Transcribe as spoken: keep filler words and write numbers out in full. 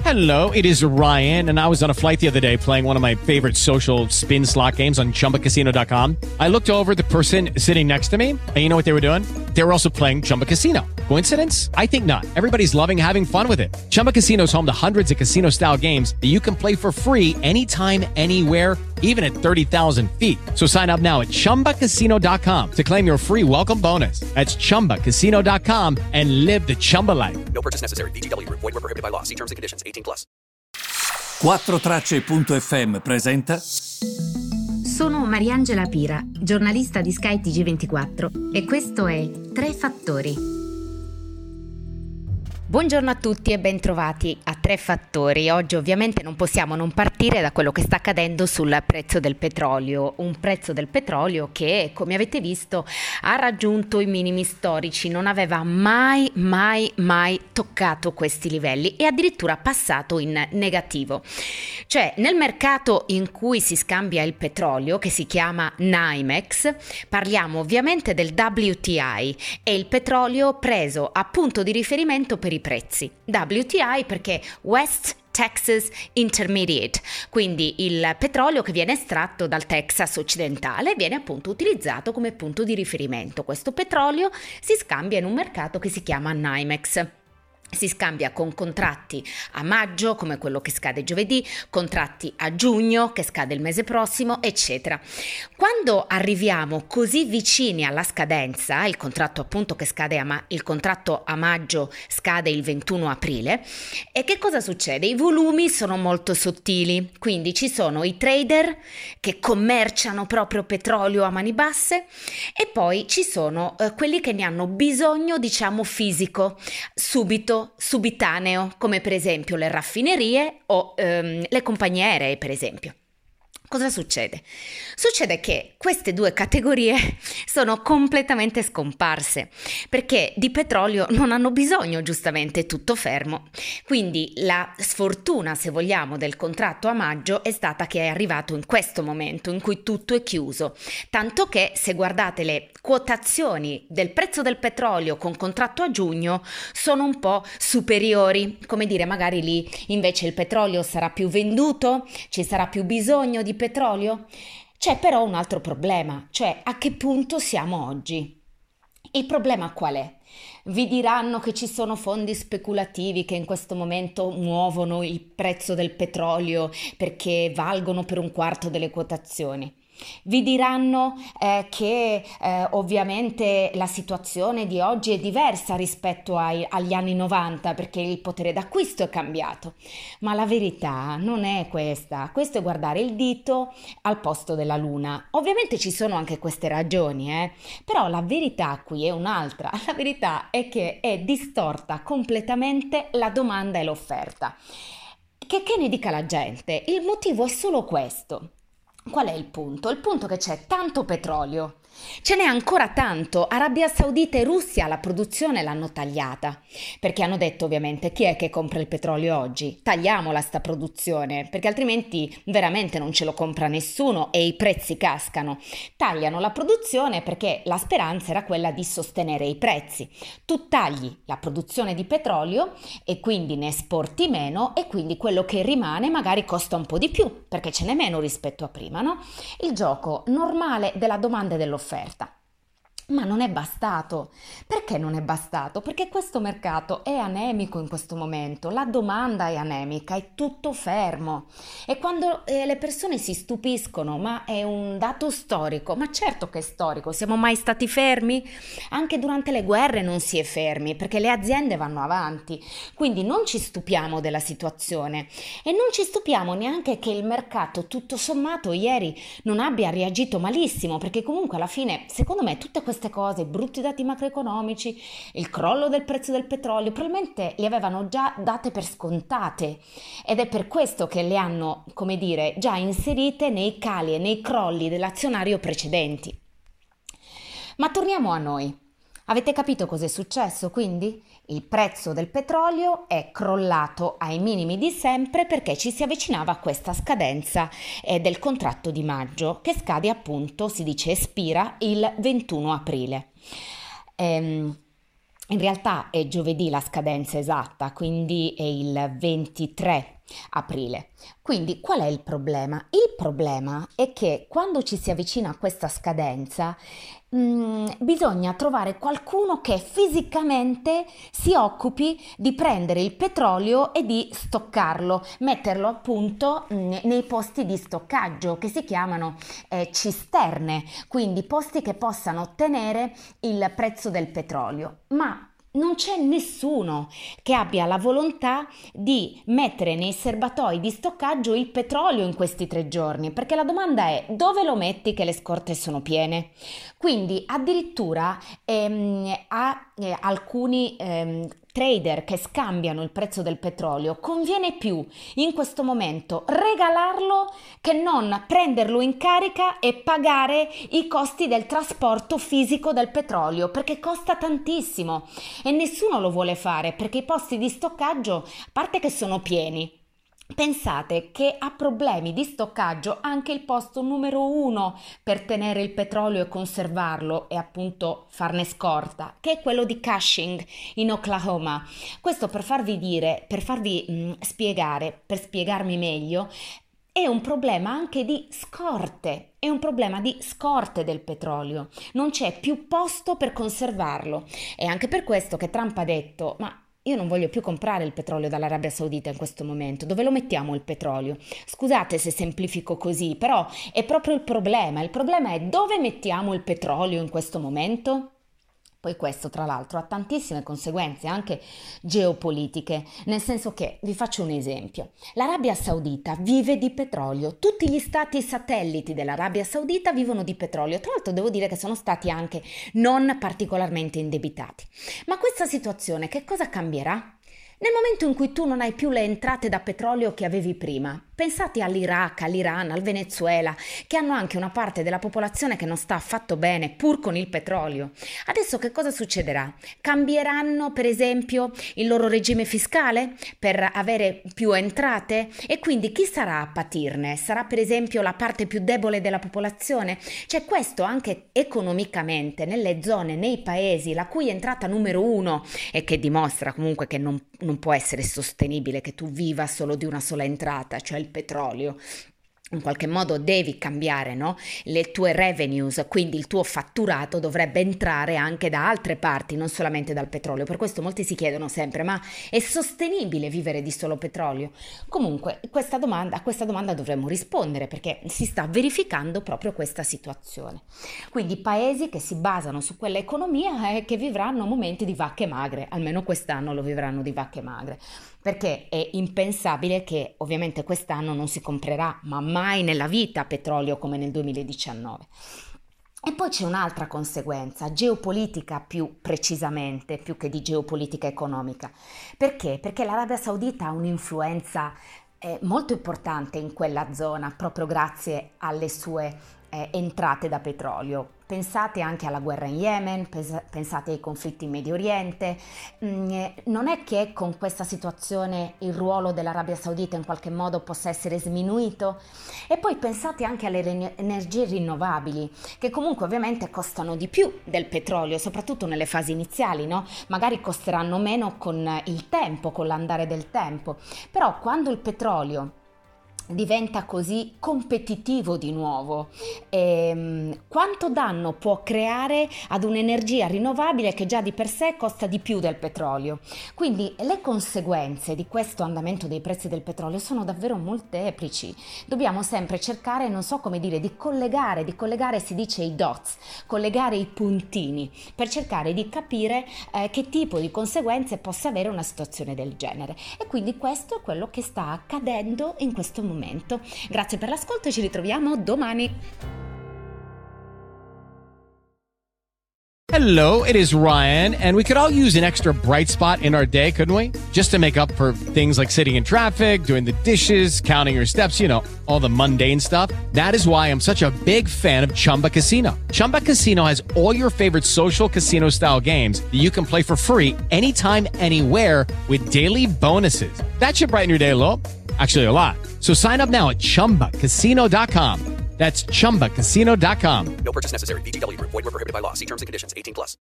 Hello, it is Ryan, and I was on a flight the other day playing one of my favorite social spin slot games on Chumba Casino dot com. I looked over at the person sitting next to me, and you know what they were doing? They were also playing Chumba Casino. Coincidence? I think not. Everybody's loving having fun with it. Chumba Casino is home to hundreds of casino-style games that you can play for free anytime, anywhere, even at thirty thousand feet. So sign up now at Chumba Casino dot com to claim your free welcome bonus. That's Chumba Casino dot com and live the Chumba life. No purchase necessary. V G W. Void where prohibited by law. See terms and conditions. eighteen plus. quattro tracce punto effe emme presenta. Sono Mariangela Pira, giornalista di Sky T G ventiquattro, e questo è Tre Fattori. Buongiorno a tutti e bentrovati a Tre Fattori. Oggi ovviamente non possiamo non partire da quello che sta accadendo sul prezzo del petrolio, un prezzo del petrolio che, come avete visto, ha raggiunto i minimi storici, non aveva mai, mai, mai toccato questi livelli e addirittura passato in negativo. Cioè, nel mercato in cui si scambia il petrolio, che si chiama NYMEX, parliamo ovviamente del W T I, è il petrolio preso a punto di riferimento per i prezzi. W T I perché West Texas Intermediate, quindi il petrolio che viene estratto dal Texas occidentale viene appunto utilizzato come punto di riferimento. Questo petrolio si scambia in un mercato che si chiama NYMEX. Si scambia con contratti a maggio, come quello che scade giovedì, contratti a giugno, che scade il mese prossimo, eccetera. Quando arriviamo così vicini alla scadenza, il contratto appunto che scade a ma- il contratto a maggio scade il ventuno aprile, e che cosa succede? I volumi sono molto sottili, quindi ci sono i trader che commerciano proprio petrolio a mani basse e poi ci sono eh, quelli che ne hanno bisogno, diciamo, fisico, subito, subitaneo, come per esempio le raffinerie o ehm, le compagnie aeree, per esempio. Cosa succede? Succede che queste due categorie sono completamente scomparse perché di petrolio non hanno bisogno, giustamente, è tutto fermo. Quindi la sfortuna, se vogliamo, del contratto a maggio è stata che è arrivato in questo momento in cui tutto è chiuso, tanto che se guardate le quotazioni del prezzo del petrolio con contratto a giugno sono un po' superiori, come dire, magari lì invece il petrolio sarà più venduto, ci sarà più bisogno di petrolio. C'è però un altro problema, cioè a che punto siamo oggi? Il problema qual è? Vi diranno che ci sono fondi speculativi che in questo momento muovono il prezzo del petrolio perché valgono per un quarto delle quotazioni. Vi diranno eh, che eh, ovviamente la situazione di oggi è diversa rispetto ai, agli anni novanta perché il potere d'acquisto è cambiato, ma la verità non è questa. Questo è guardare il dito al posto della luna. Ovviamente ci sono anche queste ragioni, eh? Però la verità qui è un'altra. La verità è che è distorta completamente la domanda e l'offerta. Che, che ne dica la gente? Il motivo è solo questo. Qual è il punto? Il punto è che c'è tanto petrolio, ce n'è ancora tanto. Arabia Saudita e Russia la produzione l'hanno tagliata, perché hanno detto ovviamente chi è che compra il petrolio oggi? Tagliamola sta produzione, perché altrimenti veramente non ce lo compra nessuno e i prezzi cascano. Tagliano la produzione perché la speranza era quella di sostenere i prezzi. Tu tagli la produzione di petrolio e quindi ne esporti meno e quindi quello che rimane magari costa un po' di più, perché ce n'è meno rispetto a prima, no? Il gioco normale della domanda e dell'offerta. Ma non è bastato. Perché non è bastato? Perché questo mercato è anemico in questo momento, la domanda è anemica, è tutto fermo. E quando eh, le persone si stupiscono, ma è un dato storico, ma certo che è storico, siamo mai stati fermi? Anche durante le guerre non si è fermi, perché le aziende vanno avanti, quindi non ci stupiamo della situazione e non ci stupiamo neanche che il mercato tutto sommato ieri non abbia reagito malissimo, perché comunque alla fine, secondo me, tutte queste queste cose, brutti dati macroeconomici, il crollo del prezzo del petrolio, probabilmente li avevano già date per scontate ed è per questo che le hanno, come dire, già inserite nei cali e nei crolli dell'azionario precedenti. Ma torniamo a noi. Avete capito cosa è successo quindi? Il prezzo del petrolio è crollato ai minimi di sempre perché ci si avvicinava a questa scadenza eh, del contratto di maggio che scade appunto, si dice espira, il ventuno aprile. Ehm, in realtà è giovedì la scadenza esatta, quindi è il ventitré aprile. Quindi qual è il problema? Il problema è che quando ci si avvicina a questa scadenza mh, bisogna trovare qualcuno che fisicamente si occupi di prendere il petrolio e di stoccarlo, metterlo appunto mh, nei posti di stoccaggio che si chiamano eh, cisterne, quindi posti che possano tenere il prezzo del petrolio. Ma non c'è nessuno che abbia la volontà di mettere nei serbatoi di stoccaggio il petrolio in questi tre giorni, perché la domanda è: dove lo metti che le scorte sono piene? Quindi addirittura ehm, a eh, alcuni ehm, trader che scambiano il prezzo del petrolio conviene più in questo momento regalarlo che non prenderlo in carica e pagare i costi del trasporto fisico del petrolio, perché costa tantissimo e nessuno lo vuole fare, perché i posti di stoccaggio, a parte che sono pieni, pensate che ha problemi di stoccaggio anche il posto numero uno per tenere il petrolio e conservarlo e appunto farne scorta, che è quello di Cushing in Oklahoma. Questo per farvi dire, per farvi mh, spiegare, per spiegarmi meglio, è un problema anche di scorte, è un problema di scorte del petrolio, non c'è più posto per conservarlo. È anche per questo che Trump ha detto: ma io non voglio più comprare il petrolio dall'Arabia Saudita in questo momento. Dove lo mettiamo il petrolio? Scusate se semplifico così, però è proprio il problema. Il problema è: dove mettiamo il petrolio in questo momento? Poi questo, tra l'altro, ha tantissime conseguenze anche geopolitiche, nel senso che, vi faccio un esempio, l'Arabia Saudita vive di petrolio, tutti gli stati satelliti dell'Arabia Saudita vivono di petrolio, tra l'altro devo dire che sono stati anche non particolarmente indebitati. Ma questa situazione che cosa cambierà? Nel momento in cui tu non hai più le entrate da petrolio che avevi prima, pensate all'Iraq, all'Iran, al Venezuela, che hanno anche una parte della popolazione che non sta affatto bene pur con il petrolio. Adesso che cosa succederà? Cambieranno per esempio il loro regime fiscale per avere più entrate? E quindi chi sarà a patirne? Sarà per esempio la parte più debole della popolazione? Cioè questo anche economicamente nelle zone, nei paesi la cui entrata numero uno e che dimostra comunque che non non può essere sostenibile che tu viva solo di una sola entrata, cioè il petrolio. In qualche modo devi cambiare, no? Le tue revenues, quindi il tuo fatturato dovrebbe entrare anche da altre parti, non solamente dal petrolio. Per questo molti si chiedono sempre: ma è sostenibile vivere di solo petrolio? Comunque questa domanda, a questa domanda dovremmo rispondere, perché si sta verificando proprio questa situazione. Quindi paesi che si basano su quella economia e che vivranno momenti di vacche magre, almeno quest'anno lo vivranno di vacche magre, perché è impensabile che ovviamente quest'anno non si comprerà, ma mai nella vita, petrolio come nel duemiladiciannove. E poi c'è un'altra conseguenza, geopolitica più precisamente, più che di geopolitica economica. Perché? Perché l'Arabia Saudita ha un'influenza eh, molto importante in quella zona, proprio grazie alle sue eh, entrate da petrolio. Pensate anche alla guerra in Yemen, pensate ai conflitti in Medio Oriente. Non è che con questa situazione il ruolo dell'Arabia Saudita in qualche modo possa essere sminuito? E poi pensate anche alle energie rinnovabili, che comunque ovviamente costano di più del petrolio, soprattutto nelle fasi iniziali, no? Magari costeranno meno con il tempo, con l'andare del tempo. Però quando il petrolio diventa così competitivo di nuovo, ehm, quanto danno può creare ad un'energia rinnovabile che già di per sé costa di più del petrolio? Quindi le conseguenze di questo andamento dei prezzi del petrolio sono davvero molteplici. Dobbiamo sempre cercare, non so come dire, di collegare, di collegare si dice i dots, collegare i puntini per cercare di capire eh, che tipo di conseguenze possa avere una situazione del genere. E quindi questo è quello che sta accadendo in questo momento. Grazie per l'ascolto e ci ritroviamo domani. Hello, it is Ryan, and we could all use an extra bright spot in our day, couldn't we? Just to make up for things like sitting in traffic, doing the dishes, counting your steps, you know, all the mundane stuff. That is why I'm such a big fan of Chumba Casino. Chumba Casino has all your favorite social casino-style games that you can play for free anytime, anywhere with daily bonuses. That should brighten your day a little. Actually, a lot. So sign up now at chumba casino dot com. That's chumba casino dot com. No purchase necessary. V G W Group. Void where prohibited by law. See terms and conditions. eighteen plus.